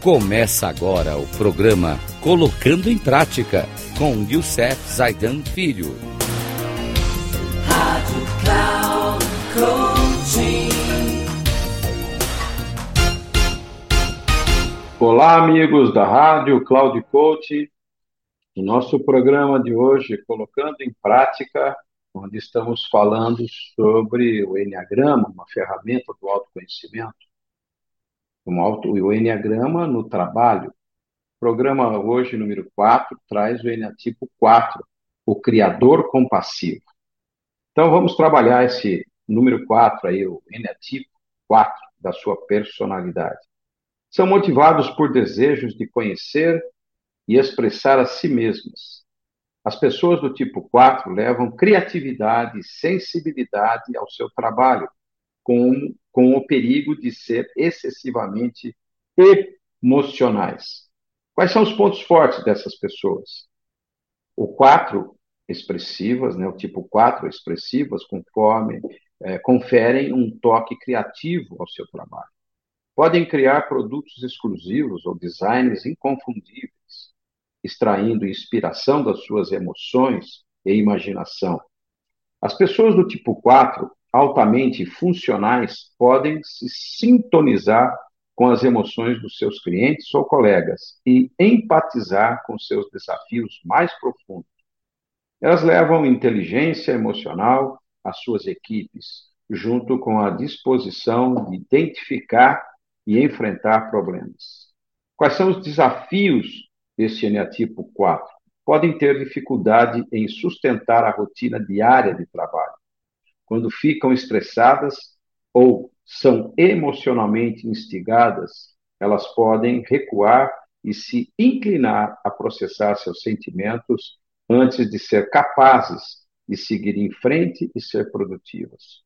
Começa agora o programa Colocando em Prática, com Youssef Zaidan Filho. Rádio Cloud Coaching. Olá, amigos da Rádio Cloud Coaching. O nosso programa de hoje, Colocando em Prática, onde estamos falando sobre o Enneagrama, uma ferramenta do autoconhecimento. O Enneagrama no trabalho. O programa hoje, número 4, traz o Enneatipo 4, o Criador Compassivo. Então, vamos trabalhar esse número 4 aí, o Enneatipo 4 da sua personalidade. São motivados por desejos de conhecer e expressar a si mesmas. As pessoas do tipo 4 levam criatividade e sensibilidade ao seu trabalho, com o perigo de ser excessivamente emocionais. Quais são os pontos fortes dessas pessoas? O 4 expressivas, o tipo 4 expressivas, conferem um toque criativo ao seu trabalho. Podem criar produtos exclusivos ou designs inconfundíveis, extraindo inspiração das suas emoções e imaginação. As pessoas do tipo 4, altamente funcionais, podem se sintonizar com as emoções dos seus clientes ou colegas e empatizar com seus desafios mais profundos. Elas levam inteligência emocional às suas equipes, junto com a disposição de identificar e enfrentar problemas. Quais são os desafios desse Enneatipo 4? Podem ter dificuldade em sustentar a rotina diária de trabalho. Quando ficam estressadas ou são emocionalmente instigadas, elas podem recuar e se inclinar a processar seus sentimentos antes de ser capazes de seguir em frente e ser produtivas.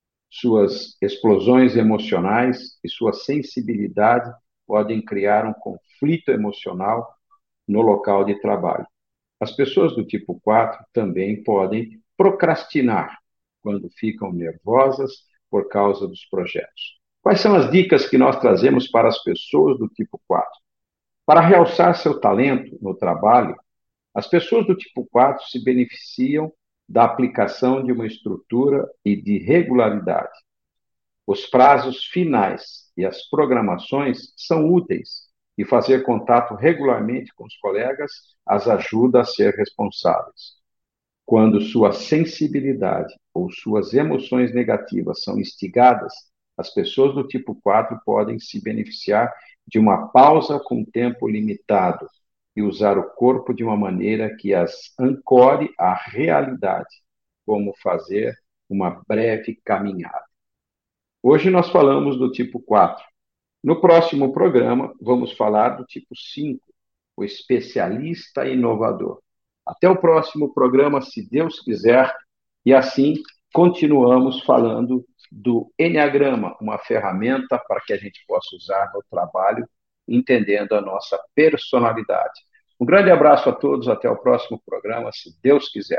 Suas explosões emocionais e sua sensibilidade podem criar um conflito emocional no local de trabalho. As pessoas do tipo 4 também podem procrastinar quando ficam nervosas por causa dos projetos. Quais são as dicas que nós trazemos para as pessoas do tipo 4? Para realçar seu talento no trabalho, as pessoas do tipo 4 se beneficiam da aplicação de uma estrutura e de regularidade. Os prazos finais e as programações são úteis e fazer contato regularmente com os colegas as ajuda a ser responsáveis. Quando sua sensibilidade ou suas emoções negativas são instigadas, as pessoas do tipo 4 podem se beneficiar de uma pausa com tempo limitado e usar o corpo de uma maneira que as ancore à realidade, como fazer uma breve caminhada. Hoje nós falamos do tipo 4. No próximo programa, vamos falar do tipo 5, o especialista inovador. Até o próximo programa, se Deus quiser, e assim continuamos falando do Enneagrama, uma ferramenta para que a gente possa usar no trabalho, entendendo a nossa personalidade. Um grande abraço a todos, até o próximo programa, se Deus quiser.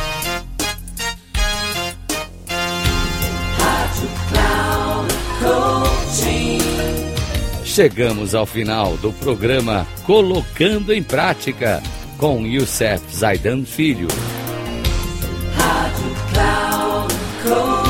Chegamos ao final do programa Colocando em Prática, com Youssef Zaidan Filho. Rádio Cloud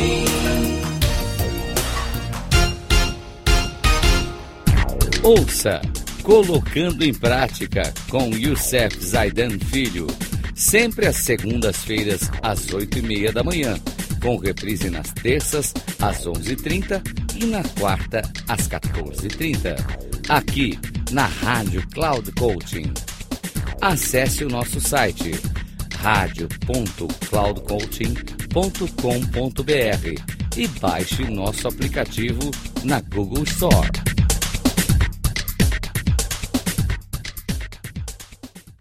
Coaching. Ouça Colocando em Prática, com Youssef Zaidan Filho, sempre às segundas-feiras, às 8h30 da manhã, com reprise nas terças, às 11h30 e na quarta, às 14h30, aqui na Rádio Cloud Coaching. Acesse o nosso site radio.cloudcoaching.com.br e baixe nosso aplicativo na Google Store.